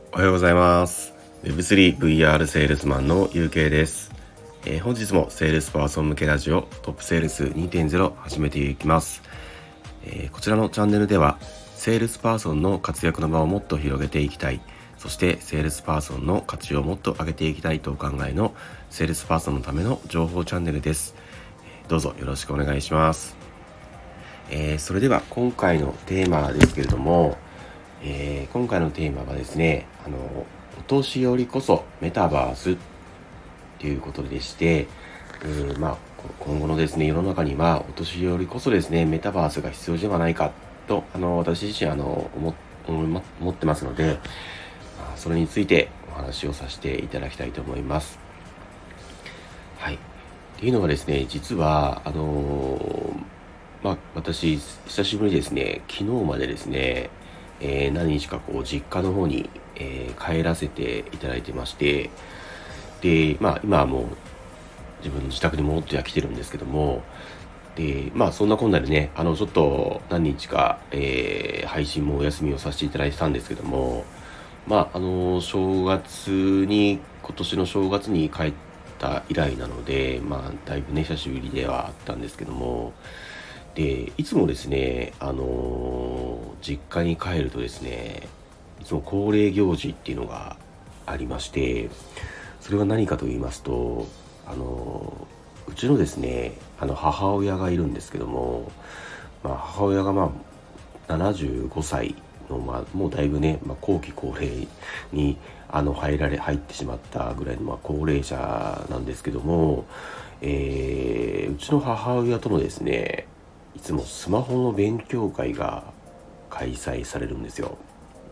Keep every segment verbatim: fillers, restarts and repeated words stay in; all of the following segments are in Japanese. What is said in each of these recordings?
おはようございます。 ウェブスリーブイアール セールスマンの ユーケー です、えー、本日もセールスパーソン向けラジオトップセールス にてんゼロ 始めていきます、えー、こちらのチャンネルではセールスパーソンの活躍の場をもっと広げていきたい、そしてセールスパーソンの価値をもっと上げていきたいとお考えのセールスパーソンのための情報チャンネルです。どうぞよろしくお願いします。えー、それでは今回のテーマですけれども、えー、今回のテーマはですね、あのお年寄りこそメタバースということでして、えー、まあ今後のですね世の中にはお年寄りこそですねメタバースが必要ではないかとあの私自身あの思思思ってますので、それについてお話をさせていただきたいと思います。はい。っていうのはですね、実はあのーまあ、私、久しぶりにですね、昨日までですね、えー何日かこう、実家の方に、えー帰らせていただいてまして、で、まあ、今はもう自分の自宅に戻っては来てるんですけども、で、まあ、そんなこんなでね、あの、ちょっと何日か、えー配信もお休みをさせていただいてたんですけども、まあ、あの、正月に、今年の正月に帰った以来なので、まあ、だいぶね、久しぶりではあったんですけども、で、いつもですね、あのー実家に帰るとですね、いつも恒例行事っていうのがありまして、それは何かと言いますと、あのーうちのですね、あの母親がいるんですけども、まあ、母親がまあななじゅうごさいの、まあ、もうだいぶね、まあ、後期高齢にあの入られ入ってしまったぐらいの、まあ、高齢者なんですけども、えーうちの母親とのですね、いつもスマホの勉強会が開催されるんですよ。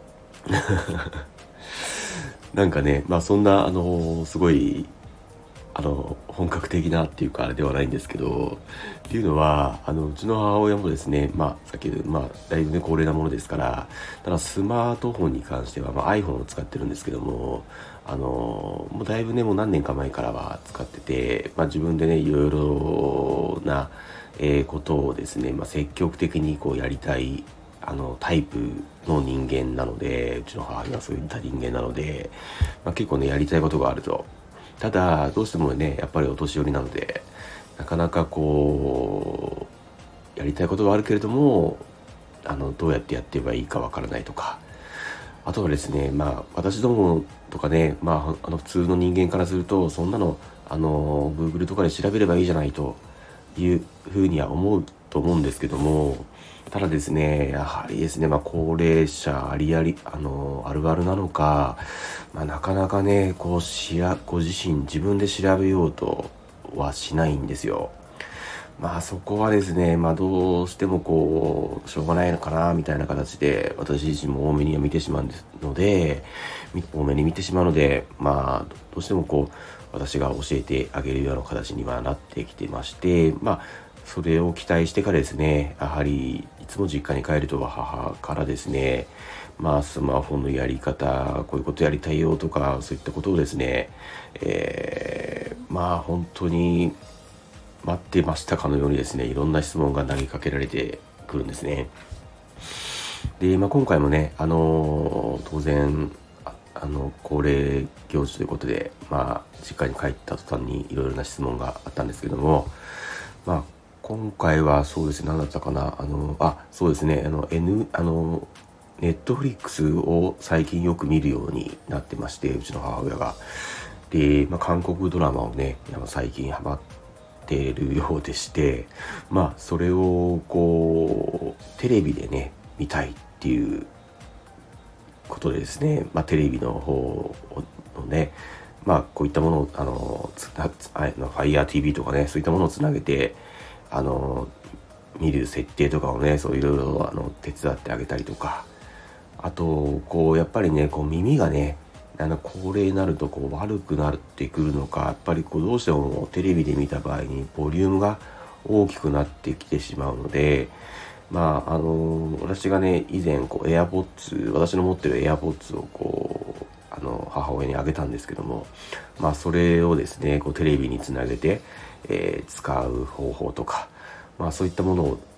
なんかね、まあそんな、あのすごい、あの、本格的なっていうかあれではないんですけど、っていうのは、あの、うちの母親もですね、まあ、さっきで、まあ、だいぶね、高齢なものですから、ただスマートフォンに関しては、まあ、iPhone を使ってるんですけども、あの、もうだいぶね、もう何年か前からは使ってて、まあ自分でね、いろいろな、えーことをですね、まあ積極的にこうやりたい、あの、タイプの人間なので、うちの母親はそういった人間なので、まあ結構ね、やりたいことがあると。ただ、どうしてもね、やっぱりお年寄りなので、なかなかこう、やりたいことはあるけれども、あの、どうやってやっていけばいいかわからないとか、あとはですね、まあ、私どもとかね、まあ、あの、普通の人間からすると、そんなの、あの、Google とかで調べればいいじゃないというふうには思うと思うんですけども、ただですね、やはりですね、まあ、高齢者ありあり、あの、あるあるなのか、まあ、なかなかね、こう、しら、ご自身自分で調べようとはしないんですよ。まあそこはですね、まあどうしてもこう、しょうがないのかな、みたいな形で、私自身も多めには見てしまうので、み多めに見てしまうので、まあどうしてもこう、私が教えてあげるような形にはなってきてまして、まあそれを期待してからですね、やはりいつも実家に帰るとは母からですね、まあスマホのやり方、こういうことやりたいよとか、そういったことをですね、えー、まあ本当に待ってましたかのようにですね、いろんな質問が投げかけられてくるんですね。で、まあ、今回もね、あのー当然、ああの、恒例行事ということで、まあ、実家に帰った途端にいろいろな質問があったんですけども、まあ、今回はそうですね、何だったかな、あの、あ、そうですね、あの、N、あの、ネットフリックスを最近よく見るようになってまして、うちの母親が。で、まあ、韓国ドラマをね、あの最近ハマっているようでして、まあ、それをこう、テレビでね、見たいっていうことでですね、まあ、テレビの方のね、まあ、こういったものを、あの、つなつあの FireTV とかね、そういったものをつなげて、あの、見る設定とかをね、そういろいろあの手伝ってあげたりとか、あと、こう、やっぱりね、こう耳がね、あの、高齢になるとこう悪くなってくるのか、やっぱりこうどうしてもテレビで見た場合にボリュームが大きくなってきてしまうので、まあ、あの、私がね、以前、こう、AirPods、私の持ってる AirPods をこう、あの、母親にあげたんですけども、まあ、それをですね、こう、テレビにつなげて、えー使う方法とか、まあ、そういったものを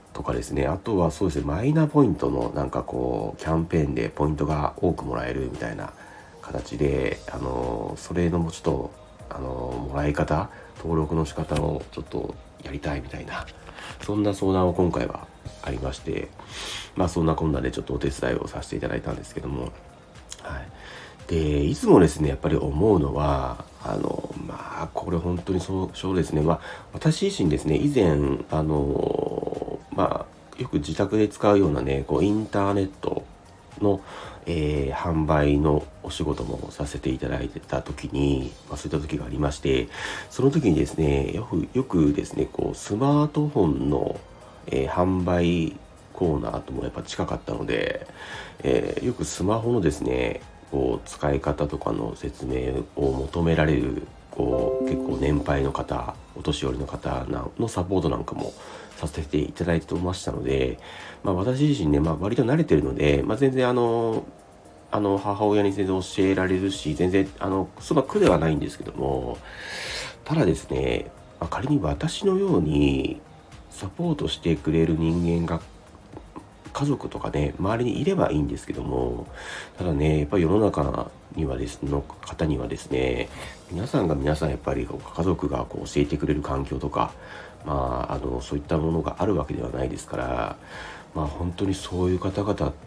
とかですね、あとはそうですね、マイナポイントのなんかこうキャンペーンでポイントが多くもらえるみたいな形で、あのそれのもうちょっとあのもらい方、登録の仕方をちょっとやりたいみたいな、そんな相談を今回はありまして、まあそんなこんなでちょっとお手伝いをさせていただいたんですけども、はい。で、いつもですね、やっぱり思うのは、あの、まあ、これ本当にそう、そうですね。まあ、私自身ですね、以前、あの、まあ、よく自宅で使うようなね、こう、インターネットの、えー販売のお仕事もさせていただいてた時に、まあ、そういった時がありまして、その時にですね、よく、よくですね、こう、スマートフォンの、えー販売コーナーともやっぱ近かったので、えーよくスマホのですね、こう使い方とかの説明を求められる、こう結構年配の方、お年寄りの方なのサポートなんかもさせていただいてましたので、まあ、私自身ね、まあ、割と慣れてるので、まあ、全然あのあの母親に全然教えられるし、全然あのそんな苦ではないんですけども、ただですね、まあ、仮に私のようにサポートしてくれる人間が家族とかね、周りにいればいいんですけども、ただね、やっぱり世の中にはですの方にはですね、皆さんが皆さんやっぱりこう家族がこう教えてくれる環境とか、まあ、あの、そういったものがあるわけではないですから、まあ本当にそういう方々って、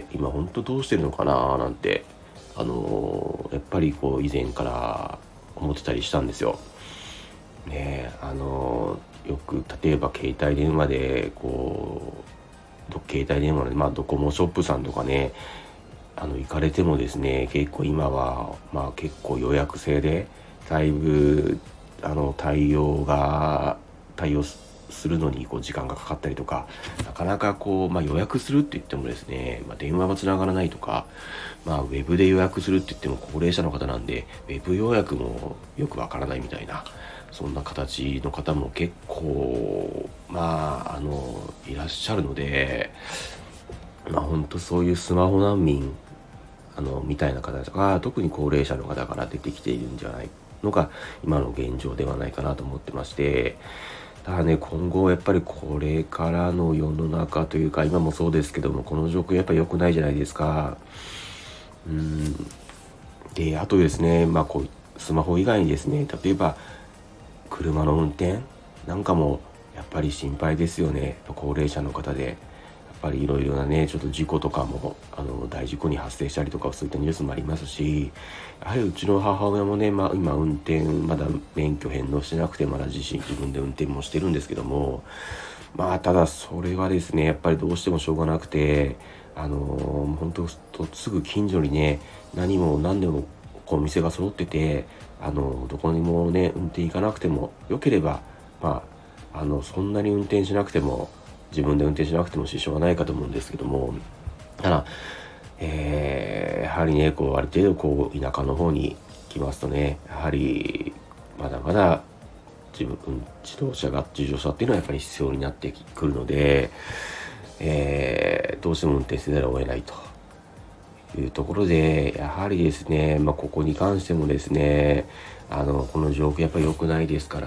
今本当どうしてるのかななんて、あの、やっぱりこう以前から思ってたりしたんですよ。ねえ、あの、よく例えば携帯電話でこう、ど携帯電話の、まあ、ドコモショップさんとかね、あの、行かれてもですね、結構今は、まあ結構予約制で、だいぶ、あの、対応が、対応すするのにこう時間がかかったりとか、なかなかこう、まあ予約するって言ってもですね、まあ電話が繋がらないとか、まあウェブで予約するって言っても高齢者の方なんで、ウェブ予約もよくわからないみたいな、そんな形の方も結構、まあ、あの、いらっしゃるので、まあ本当そういうスマホ難民、あの、みたいな方が、特に高齢者の方から出てきているんじゃないのが、今の現状ではないかなと思ってまして、ただね、今後やっぱりこれからの世の中というか、今もそうですけども、この状況やっぱり良くないじゃないですか。うん。で、あとですね、まあこう、スマホ以外にですね、例えば、車の運転なんかもやっぱり心配ですよね。高齢者の方で。やっぱりいろいろなね、ちょっと事故とかも、あの、大事故に発生したりとか、そういったニュースもありますし、やはりうちの母親もね、まあ今運転、まだ免許返納してなくて、まだ自身自分で運転もしてるんですけども、まあただそれはですね、やっぱりどうしてもしょうがなくて、あのー、本当とすぐ近所にね、何も何でもこう店が揃ってて、あの、どこにもね、運転行かなくても、良ければ、まあ、あの、そんなに運転しなくても、自分で運転しなくても支障はないかと思うんですけども、ただ、えー、やはりね、こう、ある程度、こう、田舎の方に来ますとね、やはり、まだまだ、自分、うん自動車が、自動車っていうのはやっぱり必要になってくるので、えー、どうしても運転せざるを得ないというところで、やはりですね、まあ、ここに関してもですね、あの、この状況やっぱり良くないですから、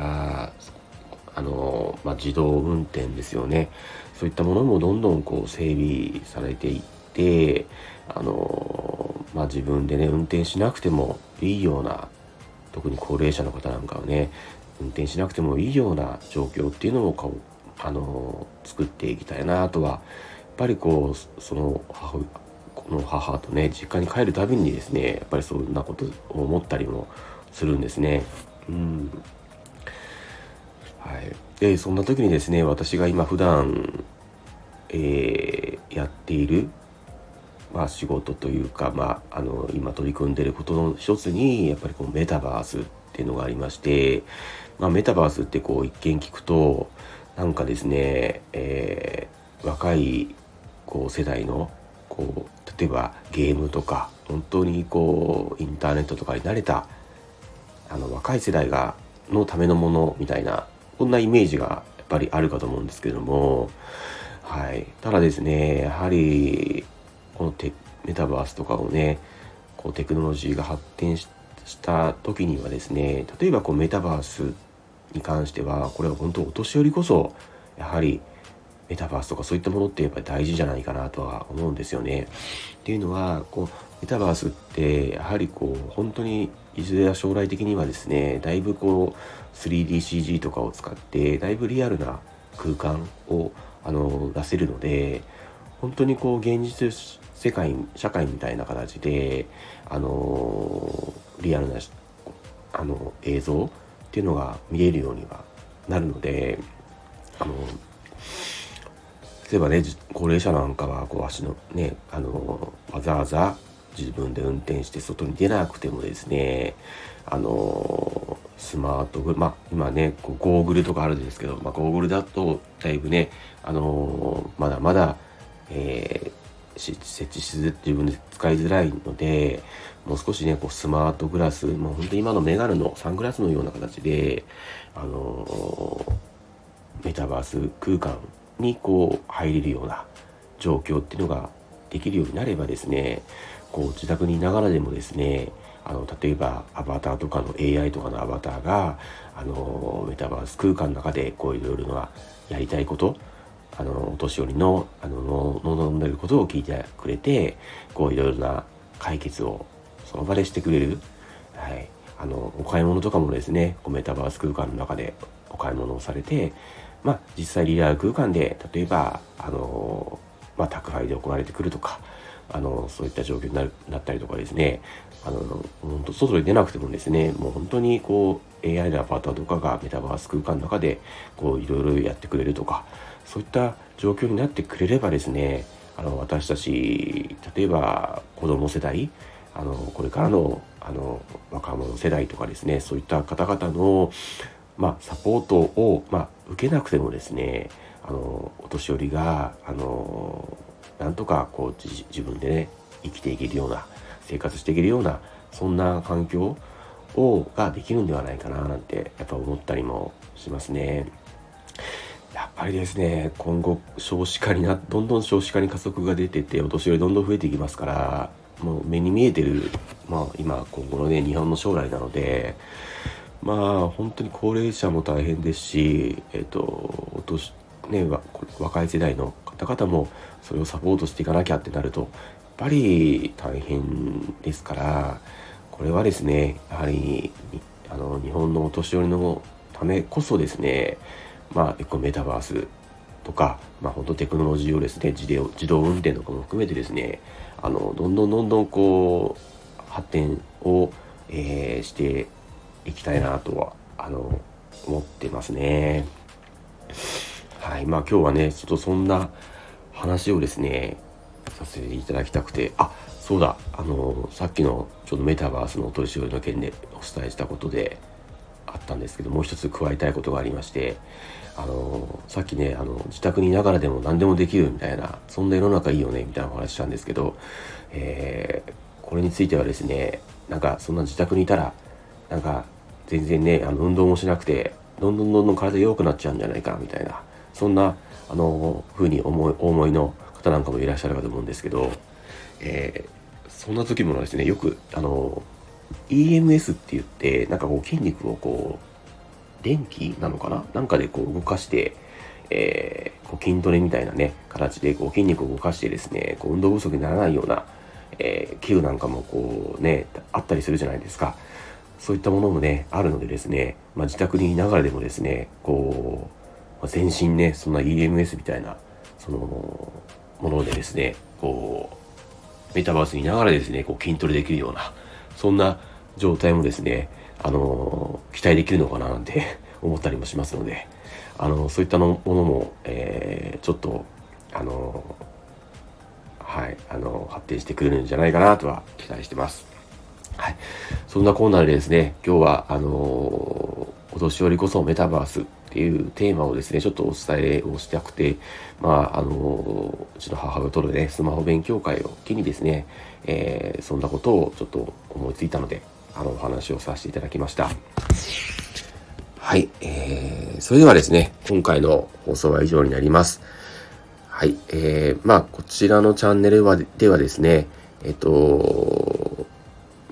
あの、まあ、自動運転ですよね。そういったものもどんどんこう整備されていって、あの、まあ、自分でね、運転しなくてもいいような、特に高齢者の方なんかはね、運転しなくてもいいような状況っていうのをこう、あの、作っていきたいなとは、やっぱりこう、その母、この母とね、実家に帰るたびにですね、やっぱりそんなことを思ったりもするんですね。うん。はい。で、そんな時にですね、私が今普段、えーやっている、まあ、仕事というか、まあ、あの、今取り組んでいることの一つに、やっぱりこうメタバースっていうのがありまして、まあ、メタバースってこう一見聞くと、なんかですね、えー若いこう世代の、こう、例えばゲームとか、本当にこう、インターネットとかに慣れた、あの、若い世代が、のためのものみたいな、こんなイメージがやっぱりあるかと思うんですけれども、はい。ただですね、やはり、このテメタバースとかをね、こうテクノロジーが発展しした時にはですね、例えばこうメタバースに関しては、これは本当お年寄りこそ、やはりメタバースとかそういったものってやっぱり大事じゃないかなとは思うんですよね。っていうのは、こう、メタバースってやはりこう、本当にいずれは将来的にはですね、だいぶこう、スリーディーシージー とかを使って、だいぶリアルな空間を、あの、出せるので、本当にこう、現実世界、社会みたいな形で、あの、リアルな、あの、映像っていうのが見れるようにはなるので、あの、例えばね、高齢者なんかはこう足のね、あのわざわざ自分で運転して外に出なくてもですね、あのスマートフォン、まあ今ね、こうゴーグルとかあるんですけど、まあ、ゴーグルだとだいぶね、あのまだまだ、えー、設置し自分で使いづらいので、もう少しね、こうスマートグラス、もう本当に今のメガネのサングラスのような形で、あのメタバース空間にこう入れるような状況っていうのができるようになればですね、こう自宅にいながらでもですね、あの例えばアバターとかの エーアイ とかのアバターがあのメタバース空間の中でこういろいろなやりたいこと、あのお年寄りのあの望んでることを聞いてくれて、こういろいろな解決をその場でしてくれる。はい、あのお買い物とかもですね、こうメタバース空間の中でお買い物をされて、まあ実際リアル空間で例えばあのまあ宅配で行われてくるとか、あのそういった状況になるなったりとかですね、あの本当外に出なくてもですね、もう本当にこう エーアイ のアバターとかがメタバース空間の中でこういろいろやってくれるとか、そういった状況になってくれればですね、あの私たち例えば子供世代、あのこれからのあの若者世代とかですね、そういった方々のまあ、サポートを、まあ、受けなくてもですね、あのお年寄りがあのなんとかこう自分でね生きていけるような、生活していけるような、そんな環境をができるんではないかななんてやっぱ思ったりもしますね。やっぱりですね、今後少子化になどんどん少子化に加速が出てて、お年寄りどんどん増えていきますから、もう目に見えてる、まあ今今後のね日本の将来なので、まあ本当に高齢者も大変ですし、えっとお年ね若い世代の方々もそれをサポートしていかなきゃってなるとやっぱり大変ですから、これはですね、やはりあの日本のお年寄りのためこそですね、まあメタバースとか、まあ本当テクノロジーをですね、自動自動運転とかも含めてですね、あのどんどんどんどんこう発展を、えー、していきたいなとはあの思ってますね。はい、まあ今日はねちょっとそんな話をですねさせていただきたくて、あ、そうだ、あのさっきのちょっとメタバースのお年寄りの件でお伝えしたことであったんですけど、もう一つ加えたいことがありまして、あのさっきねあの自宅にいながらでも何でもできるみたいな、そんな世の中いいよねみたいなお話したんですけど、えー、これについてはですね、なんかそんな自宅にいたらなんか全然ねあの運動もしなくてどんどんどんどん体弱くなっちゃうんじゃないかみたいな、そんなあの風に思いお思いの方なんかもいらっしゃるかと思うんですけど、えー、そんな時もですね、よくあの イーエムエス って言って、なんかこう筋肉をこう電気なのかな、なんかでこう動かして、えー、こう筋トレみたいなね形でこう筋肉を動かしてですね、こう運動不足にならないような、えー、器具なんかもこうねあったりするじゃないですか。そういったものもねあるのでですね、まあ、自宅にいながらでもですね、こう全身ねそんな イーエムエス みたいなそのものでですね、こうメタバースにいながらですねこう筋トレできるような、そんな状態もですね、あの期待できるのかななんて思ったりもしますので、あのそういったのものも、えー、ちょっとあのはいあの発展してくれるんじゃないかなとは期待してます。はい、そんなコーナーでですね、今日はあのー、お年寄りこそメタバースっていうテーマをですね、ちょっとお伝えをしたくて、まああのー、うちの母親とのねスマホ勉強会を機にですね、えー、そんなことをちょっと思いついたので、あのお話をさせていただきました。はい、えー、それではですね、今回の放送は以上になります。はい、えー、まあこちらのチャンネルはではですね、えっと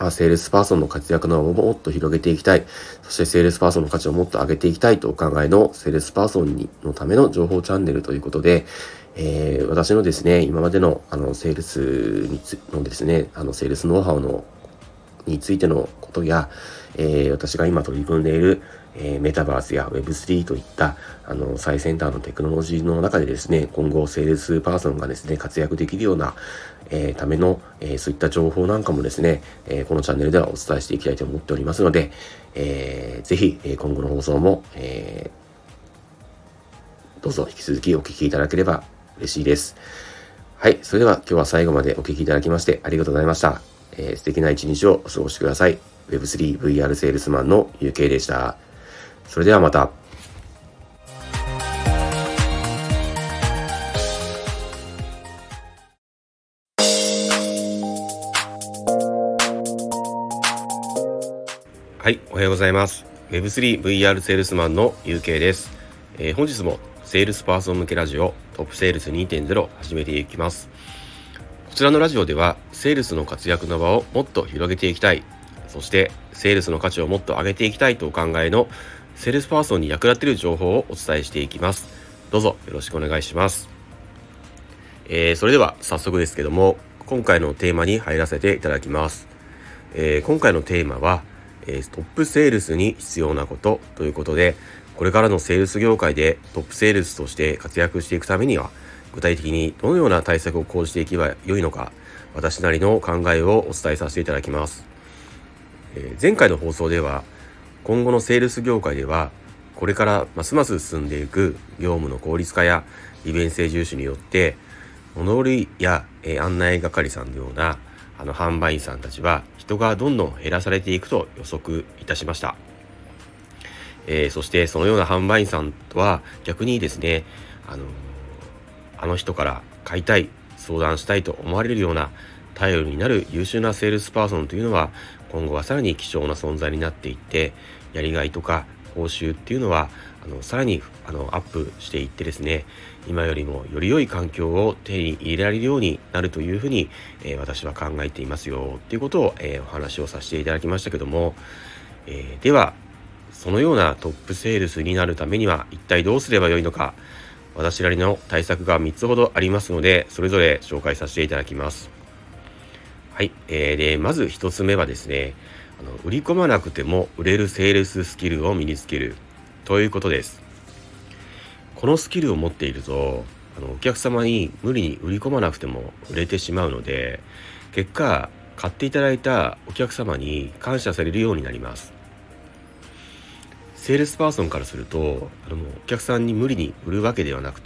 まあ、セールスパーソンの活躍の場をもっと広げていきたい。そしてセールスパーソンの価値をもっと上げていきたいとお考えのセールスパーソンにのための情報チャンネルということで、えー、私のですね、今までのあのセールスにつのですね、あのセールスノウハウのについてのことや、えー、私が今取り組んでいる、えー、メタバースや ウェブスリー といったあの最先端のテクノロジーの中でですね、今後セールスパーソンがですね活躍できるような、えー、ための、えー、そういった情報なんかもですね、えー、このチャンネルではお伝えしていきたいと思っておりますので、えー、ぜひ、えー、今後の放送も、えー、どうぞ引き続きお聞きいただければ嬉しいです。はい、それでは今日は最後までお聞きいただきましてありがとうございました。えー、素敵な一日をお過ごしください。ウェブスリーブイアール セールスマンの ユーケー でした。それではまた。はい、おはようございます。ウェブスリーブイアール セールスマンの ユーケー です。えー、本日もセールスパーソン向けラジオトップセールス にてんゼロ 始めていきます。こちらのラジオではセールスの活躍の場をもっと広げていきたい、そしてセールスの価値をもっと上げていきたいとお考えのセールスパーソンに役立てる情報をお伝えしていきます。どうぞよろしくお願いします。えー、それでは早速ですけども、今回のテーマに入らせていただきます。えー、今回のテーマは、えー、トップセールスに必要なことということで、これからのセールス業界でトップセールスとして活躍していくためには、具体的にどのような対策を講じていけばよいのか、私なりの考えをお伝えさせていただきます。えー、前回の放送では、今後のセールス業界ではこれからますます進んでいく業務の効率化や利便性重視によって、物売りや、えー、案内係さんのようなあの販売員さんたちは人がどんどん減らされていくと予測いたしました。えー、そしてそのような販売員さんとは逆にですね、あのー、あの人から買いたい、相談したいと思われるような頼りになる優秀なセールスパーソンというのは今後はさらに貴重な存在になっていって、やりがいとか報酬っていうのはあのさらにあのアップしていってですね、今よりもより良い環境を手に入れられるようになるというふうに、えー、私は考えていますよっていうことを、えー、お話をさせていただきましたけども、えー、ではそのようなトップセールスになるためには一体どうすればよいのか、私なりの対策がみっつほどありますので、それぞれ紹介させていただきます。はい、えー、でまずひとつめはですね、あの売り込まなくても売れるセールススキルを身につけるということです。このスキルを持っていると、あのお客様に無理に売り込まなくても売れてしまうので、結果買っていただいたお客様に感謝されるようになります。セールスパーソンからすると、あのお客さんに無理に売るわけではなく